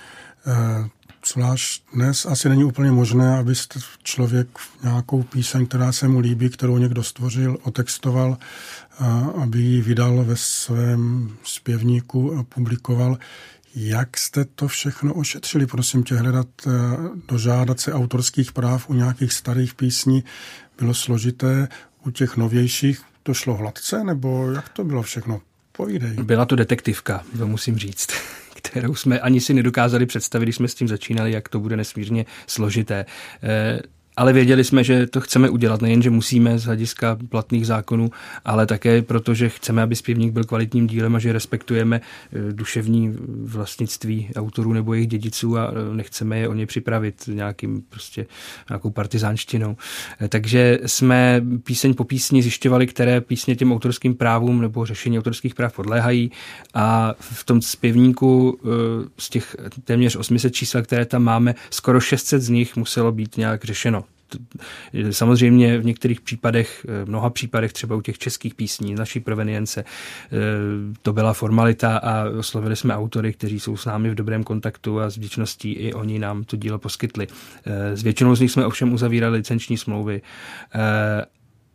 Zvlášť dnes asi není úplně možné, aby člověk nějakou píseň, která se mu líbí, kterou někdo stvořil, otextoval, aby ji vydal ve svém zpěvníku a publikoval. Jak jste to všechno ošetřili? Prosím tě, dožádat se autorských práv u nějakých starých písní bylo složité, u těch novějších to šlo hladce, nebo jak to bylo všechno? Povídej. Byla to detektivka, to musím říct, kterou jsme ani si nedokázali představit, když jsme s tím začínali, jak to bude nesmírně složité. Ale věděli jsme, že to chceme udělat, nejen, že musíme z hlediska platných zákonů, ale také proto, že chceme, aby zpěvník byl kvalitním dílem a že respektujeme duševní vlastnictví autorů nebo jejich dědiců a nechceme je o ně připravit nějakou partizánštinou. Takže jsme píseň po písni zjišťovali, které písně těm autorským právům nebo řešení autorských práv podléhají a v tom zpěvníku z těch téměř 800 čísel, které tam máme, skoro 600 z nich muselo být nějak řešeno. Samozřejmě v některých případech, mnoha případech, třeba u těch českých písní, naší provenience, to byla formalita a oslovili jsme autory, kteří jsou s námi v dobrém kontaktu a s vděčností i oni nám to dílo poskytli. S většinou z nich jsme ovšem uzavírali licenční smlouvy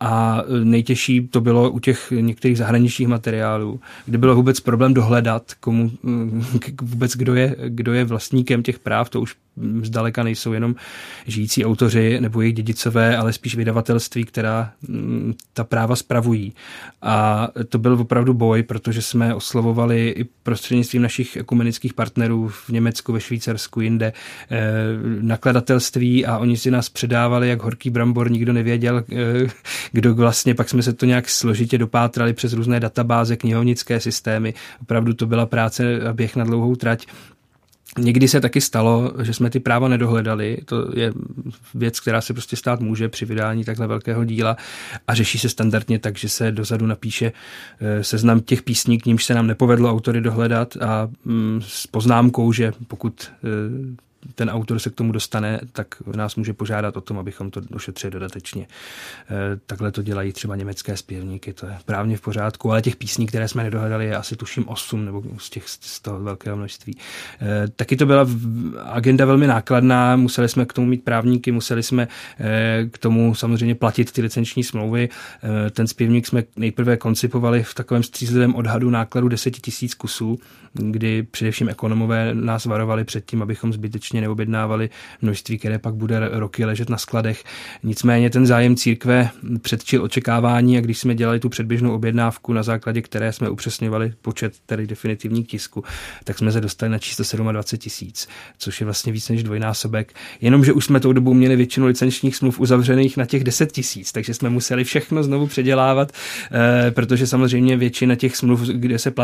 A nejtěžší to bylo u těch některých zahraničních materiálů, kde bylo vůbec problém dohledat, vůbec kdo je vlastníkem těch práv. To už zdaleka nejsou jenom žijící autoři nebo jejich dědicové, ale spíš vydavatelství, která ta práva spravují. A to byl opravdu boj, protože jsme oslovovali i prostřednictvím našich ekumenických partnerů v Německu, ve Švýcarsku, jinde nakladatelství a oni si nás předávali jak horký brambor, nikdo nevěděl, kdo vlastně, pak jsme se to nějak složitě dopátrali přes různé databáze, knihovnické systémy. Opravdu to byla práce a běh na dlouhou trať. Někdy se taky stalo, že jsme ty práva nedohledali. To je věc, která se prostě stát může při vydání takhle velkého díla a řeší se standardně tak, že se dozadu napíše seznam těch písní, k nímž se nám nepovedlo autory dohledat a s poznámkou, že pokud ten autor se k tomu dostane, tak nás může požádat o tom, abychom to došetřili dodatečně. Takhle to dělají třeba německé zpěvníky, to je právně v pořádku, ale těch písní, které jsme nedohledali, je asi tuším 8 nebo z toho velkého množství. Taky to byla agenda velmi nákladná, museli jsme k tomu mít právníky, museli jsme k tomu samozřejmě platit ty licenční smlouvy. Ten zpěvník jsme nejprve koncipovali v takovém střízlivém odhadu nákladu 10 000 kusů, kdy především ekonomové nás varovali před tím, abychom zbytečně neobjednávali množství, které pak bude roky ležet na skladech. Nicméně ten zájem církve předčil očekávání a když jsme dělali tu předběžnou objednávku, na základě které jsme upřesňovali počet tedy definitivních tisku, tak jsme se dostali na číslo 27 000, což je vlastně víc než dvojnásobek. Jenomže už jsme tou dobou měli většinu licenčních smluv uzavřených na těch 10 000, takže jsme museli všechno znovu předělávat, protože samozřejmě většina těch smluv, kde se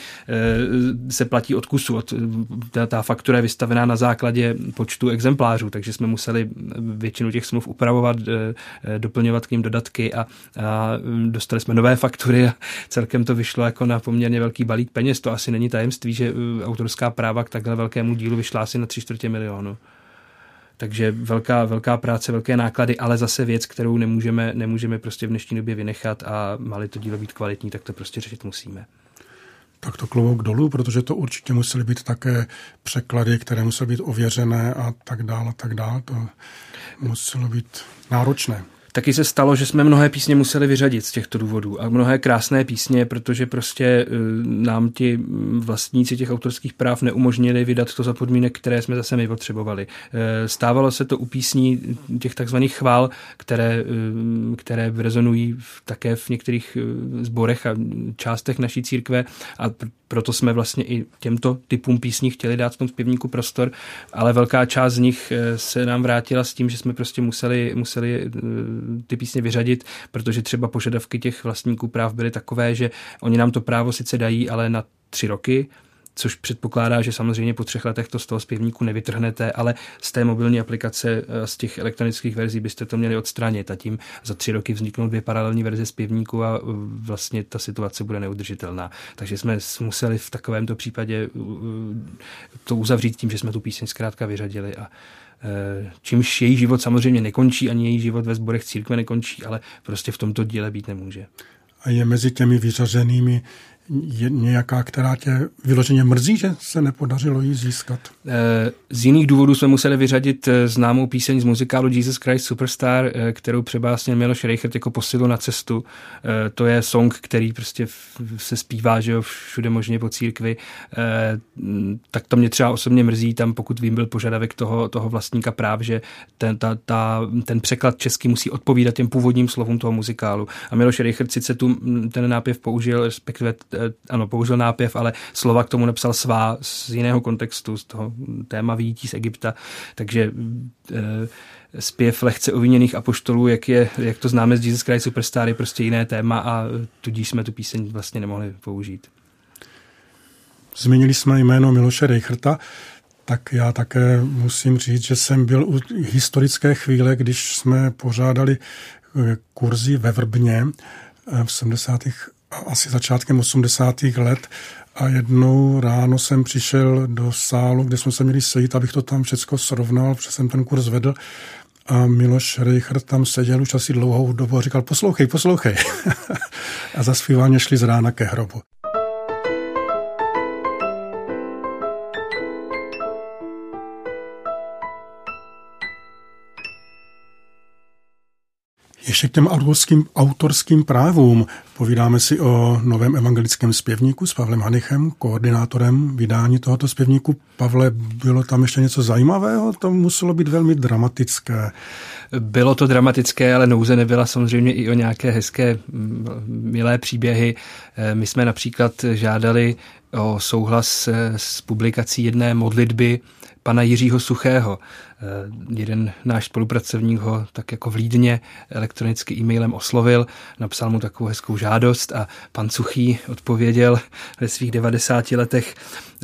platí od kusu. Ta faktura je vystavená na základě počtu exemplářů, takže jsme museli většinu těch smluv upravovat, doplňovat k ním dodatky a dostali jsme nové faktury a celkem to vyšlo jako na poměrně velký balík peněz. To asi není tajemství, že autorská práva k takhle velkému dílu vyšla asi na 3/4 milionu. Takže velká práce, velké náklady, ale zase věc, kterou nemůžeme prostě v dnešní době vynechat a má-li to dílo být kvalitní, tak to prostě řešit musíme. Tak to klobouk dolů, protože to určitě musely být také překlady, které musely být ověřené a tak dále. To muselo být náročné. Taky se stalo, že jsme mnohé písně museli vyřadit z těchto důvodů a mnohé krásné písně, protože prostě nám ti vlastníci těch autorských práv neumožnili vydat to za podmínek, které jsme zase my potřebovali. Stávalo se to u písní těch takzvaných chvál, které rezonují také v některých sborech a částech naší církve a proto jsme vlastně i těmto typům písní chtěli dát v tom zpěvníku prostor, ale velká část z nich se nám vrátila s tím, že jsme prostě museli ty písně vyřadit, protože třeba požadavky těch vlastníků práv byly takové, že oni nám to právo sice dají, ale na 3 roky, což předpokládá, že samozřejmě po 3 letech to z toho zpěvníku nevytrhnete, ale z té mobilní aplikace, z těch elektronických verzí byste to měli odstranit a tím za 3 roky vzniknou 2 paralelní verze zpěvníku a vlastně ta situace bude neudržitelná. Takže jsme museli v takovémto případě to uzavřít tím, že jsme tu píseň zkrátka vyřadili a čímž její život samozřejmě nekončí, ani její život ve sborech církve nekončí, ale prostě v tomto díle být nemůže. A je mezi těmi vyřazenými nějaká, která tě vyloženě mrzí, že se nepodařilo jí získat? Z jiných důvodů jsme museli vyřadit známou píseň z muzikálu Jesus Christ Superstar, kterou přebásnil Miloš Reichert jako Posilu na cestu. To je song, který prostě se zpívá, že jo, všude možně po církvi. Tak to mě třeba osobně mrzí, tam pokud vím, byl požadavek toho vlastníka práv, že ten překlad český musí odpovídat těm původním slovům toho muzikálu. A Miloš Reichert sice ten nápěv použil, respektive ano, použil nápěv, ale slova k tomu napsal svá z jiného kontextu, z toho téma vyjítí z Egypta. Takže zpěv lehce oviněných apoštolů, jak to známe z Jesus Christ Superstar, je prostě jiné téma a tudíž jsme tu píseň vlastně nemohli použít. Zmínili jsme jméno Miloše Reicherta, tak já také musím říct, že jsem byl u historické chvíle, když jsme pořádali kurzy ve Vrbně v 70. asi začátkem 80. let a jednou ráno jsem přišel do sálu, kde jsme se měli sejít, abych to tam všechno srovnal, protože jsem ten kurz vedl a Miloš Reichert tam seděl už asi dlouhou dobu a říkal poslouchej. A zaspíváně šli z rána ke hrobu. Ještě k těm autorským právům. Povídáme si o novém evangelickém zpěvníku s Pavlem Hanichem, koordinátorem vydání tohoto zpěvníku. Pavle, bylo tam ještě něco zajímavého? To muselo být velmi dramatické. Bylo to dramatické, ale nouze nebyla, samozřejmě i o nějaké hezké, milé příběhy. My jsme například žádali o souhlas s publikací jedné modlitby pana Jiřího Suchého. Jeden náš spolupracovník ho tak jako vlídně elektronicky e-mailem oslovil, napsal mu takovou hezkou žádost a pan Suchý odpověděl ve svých 90 letech: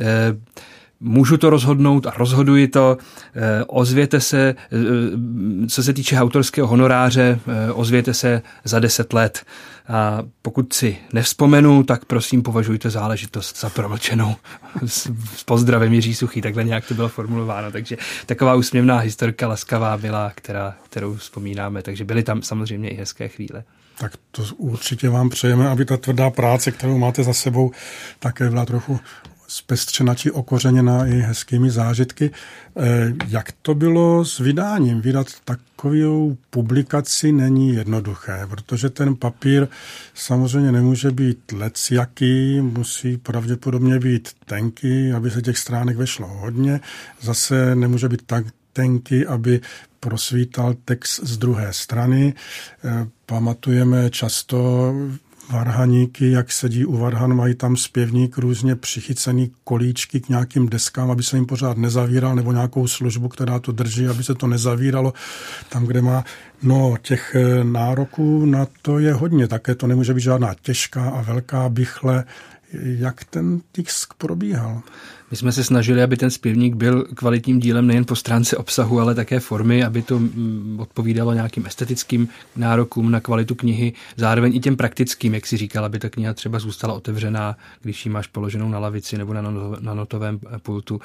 můžu to rozhodnout a rozhoduji to, ozvěte se, co se týče autorského honoráře, ozvěte se za 10 let. A pokud si nevzpomenu, tak prosím považujte záležitost za promlčenou. S pozdravem Jiří Suchý, takhle nějak to bylo formulováno. Takže taková úsměvná historka laskavá byla, kterou vzpomínáme. Takže byly tam samozřejmě i hezké chvíle. Tak to určitě vám přejeme, aby ta tvrdá práce, kterou máte za sebou, také byla trochu zpestřena či okořeněna i hezkými zážitky. Jak to bylo s vydáním? Vydat takovou publikaci není jednoduché, protože ten papír samozřejmě nemůže být lecjaký, musí pravděpodobně být tenký, aby se těch stránek vešlo hodně. Zase nemůže být tak tenký, aby prosvítal text z druhé strany. Pamatujeme často varhaníky, jak sedí u varhan, mají tam zpěvník různě přichycený kolíčky k nějakým deskám, aby se jim pořád nezavíral, nebo nějakou službu, která to drží, aby se to nezavíralo tam, kde má. No, těch nároků na to je hodně, také to nemůže být žádná těžká a velká bychle. Jak ten tisk probíhal? My jsme se snažili, aby ten zpěvník byl kvalitním dílem nejen po stránce obsahu, ale také formy, aby to odpovídalo nějakým estetickým nárokům na kvalitu knihy, zároveň i těm praktickým, jak si říkal, aby ta kniha třeba zůstala otevřená, když ji máš položenou na lavici nebo na notovém pultu.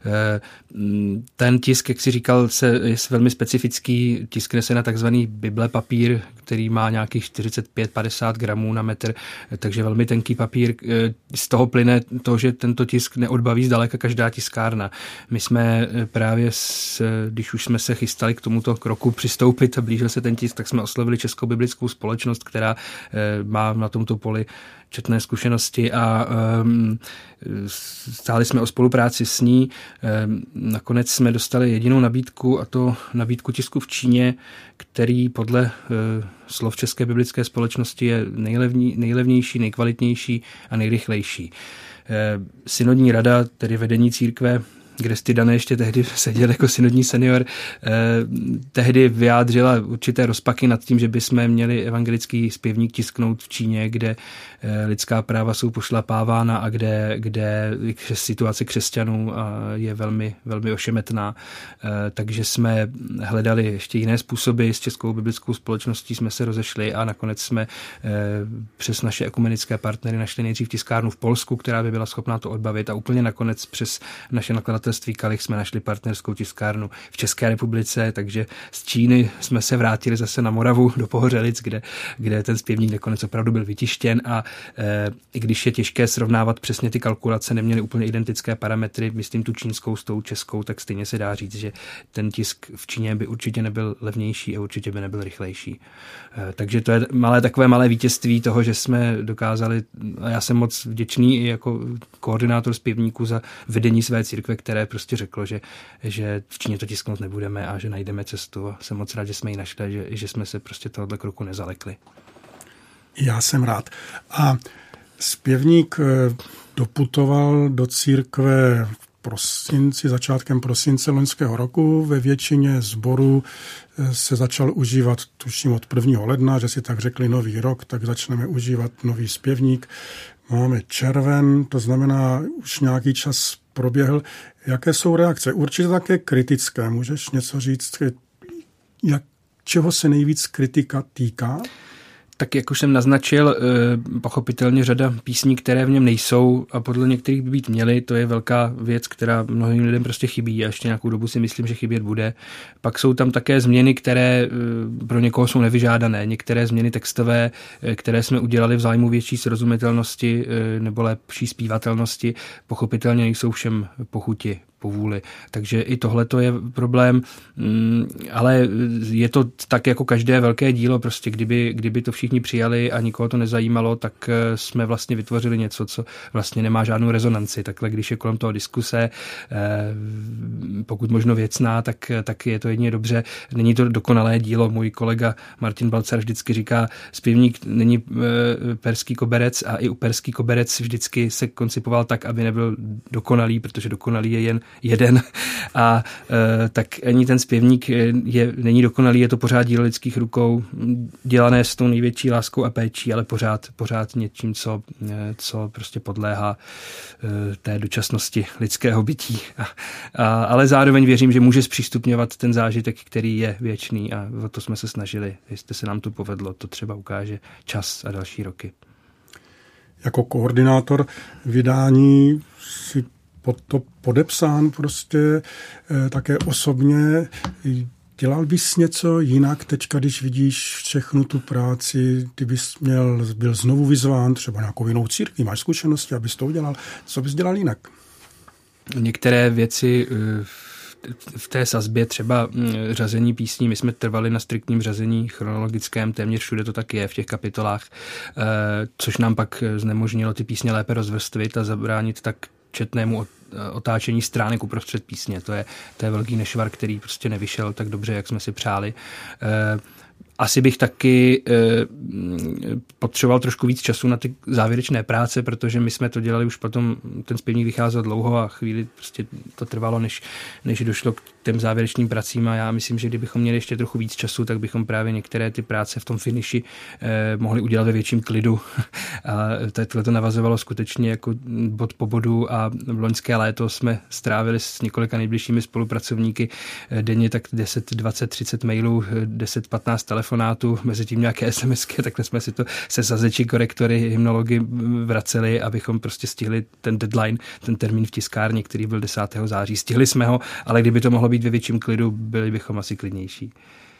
Ten tisk, jak si říkal, je velmi specifický, tiskne se na takzvaný bible papír, který má nějakých 45-50 gramů na metr, takže velmi tenký papír. Z toho plyne to, že tento tisk neodbaví zdaleka každá tiskárna. My jsme právě, když už jsme se chystali k tomuto kroku přistoupit a blížil se ten tisk, tak jsme oslovili Českou biblickou společnost, která má na tomto poli četné zkušenosti a stáli jsme o spolupráci s ní. Nakonec jsme dostali jedinou nabídku, a to nabídku tisku v Číně, který podle slov České biblické společnosti je nejlevnější, nejkvalitnější a nejrychlejší. Synodní rada, tedy vedení církve, kde jsi Dané ještě tehdy seděl jako synodní senior, tehdy vyjádřila určité rozpaky nad tím, že bychom měli evangelický zpěvník tisknout v Číně, kde lidská práva jsou pošlapávána a kde situace křesťanů je velmi, velmi ošemetná. Takže jsme hledali ještě jiné způsoby. S Českou biblickou společností jsme se rozešli a nakonec jsme přes naše ekumenické partnery našli nejdřív tiskárnu v Polsku, která by byla schopná to odbavit, a úplně nakonec přes naše nakladatelství Kalich jsme našli partnerskou tiskárnu v České republice, takže z Číny jsme se vrátili zase na Moravu do Pohořelic, kde ten zpěvník nakonec opravdu byl vytištěn, a i když je těžké srovnávat přesně ty kalkulace, neměly úplně identické parametry, myslím tu čínskou s tou českou, tak stejně se dá říct, že ten tisk v Číně by určitě nebyl levnější a určitě by nebyl rychlejší. Takže to je takové malé vítězství toho, že jsme dokázali, a já jsem moc vděčný i jako koordinátor zpěvníků za vedení své církve, které prostě řeklo, že v Číně to tisknout nebudeme a že najdeme cestu, a jsem moc rád, že jsme ji našli, že jsme se prostě tohoto kroku nezalekli. Já jsem rád. A zpěvník doputoval do církve začátkem prosince loňského roku. Ve většině sborů se začal užívat, tuším od 1. ledna, že si tak řekli nový rok, tak začneme užívat nový zpěvník. Máme červen, to znamená, už nějaký čas proběhl. Jaké jsou reakce? Určitě také kritické. Můžeš něco říct, čeho se nejvíc kritika týká? Tak jak už jsem naznačil, pochopitelně řada písní, které v něm nejsou a podle některých by být měly, to je velká věc, která mnohým lidem prostě chybí a ještě nějakou dobu si myslím, že chybět bude. Pak jsou tam také změny, které pro někoho jsou nevyžádané. Některé změny textové, které jsme udělali v zájmu větší srozumitelnosti nebo lepší zpívatelnosti, pochopitelně nejsou všem po chuti. po vůli. Takže i tohle to je problém, ale je to tak jako každé velké dílo, prostě kdyby to všichni přijali a nikoho to nezajímalo, tak jsme vlastně vytvořili něco, co vlastně nemá žádnou rezonanci. Takhle, když je kolem toho diskuse, pokud možno věcná, tak je to jedině dobře. Není to dokonalé dílo. Můj kolega Martin Balcar vždycky říká, zpěvník není perský koberec a i u perský koberec vždycky se koncipoval tak, aby nebyl dokonalý, protože dokonalý je jen jeden. A tak ani ten zpěvník není dokonalý, je to pořád dílo lidských rukou, dělané s tou největší láskou a péčí, ale pořád něčím, co prostě podléhá té dočasnosti lidského bytí. Ale zároveň věřím, že může zpřístupňovat ten zážitek, který je věčný, a o to jsme se snažili. Jestli se nám to povedlo, to třeba ukáže čas a další roky. Jako koordinátor vydání si pod to podepsán prostě také osobně. Dělal bys něco jinak teďka, když vidíš všechnu tu práci, kdybys byl znovu vyzván třeba nějakou jinou církví, máš zkušenosti, abys to udělal, co bys dělal jinak? Některé věci v té sazbě, třeba řazení písní, my jsme trvali na striktním řazení chronologickém, téměř všude to tak je v těch kapitolách, což nám pak znemožnilo ty písně lépe rozvrstvit a zabránit tak četnému otáčení stránek uprostřed písně. To je velký nešvar, který prostě nevyšel tak dobře, jak jsme si přáli. Asi bych taky potřeboval trošku víc času na ty závěrečné práce, protože my jsme to dělali už potom, ten zpěvník vycházel dlouho a chvíli prostě to trvalo, než došlo k těm závěrečným pracím, a já myslím, že kdybychom měli ještě trochu víc času, tak bychom právě některé ty práce v tom finiši mohli udělat ve větším klidu. A tohle to navazovalo skutečně jako bod po bodu, a v loňské léto jsme strávili s několika nejbližšími spolupracovníky denně tak 10, 20, 30 mailů, 10, 15 telefonátů, mezi tím nějaké SMSky, takhle jsme si to se sazeči, korektory, hymnology vraceli, abychom prostě stihli ten deadline, ten termín v tiskárně, který byl 10. září. Stihli jsme ho, ale kdyby to mohlo být ve větším klidu, byli bychom asi klidnější.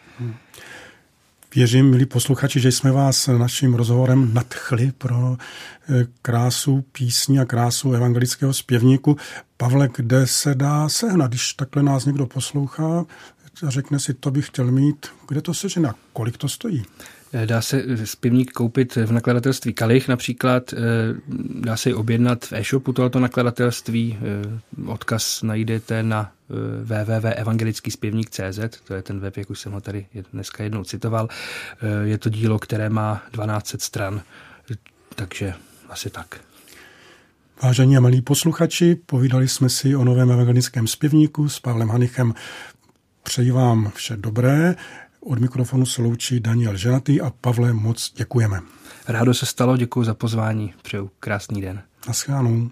Věřím, milí posluchači, že jsme vás naším rozhovorem nadchli pro krásu písní a krásu evangelického zpěvníku. Pavle, kde se dá sehnat, když takhle nás někdo poslouchá a řekne si, to bych chtěl mít, kde to sežene a kolik to stojí? Dá se zpěvník koupit v nakladatelství Kalich například, dá se ji objednat v e-shopu tohoto nakladatelství, odkaz najdete na www.evangelickýspěvník.cz, to je ten web, jak už jsem ho tady dneska jednou citoval. Je to dílo, které má 1200 stran, takže asi tak. Vážení a milí posluchači, povídali jsme si o novém evangelickém zpěvníku s Pavlem Hanichem. Přeji vám vše dobré. Od mikrofonu se loučí Daniel Ženatý a Pavle, moc děkujeme. Rádo se stalo, děkuji za pozvání, přeju krásný den. Naschledanou.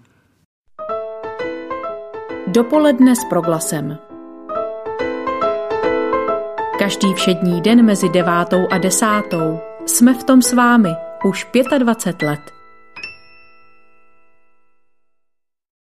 Dopoledne s Proglasem. Každý všední den mezi 9. a 10. jsme v tom s vámi už 25 let.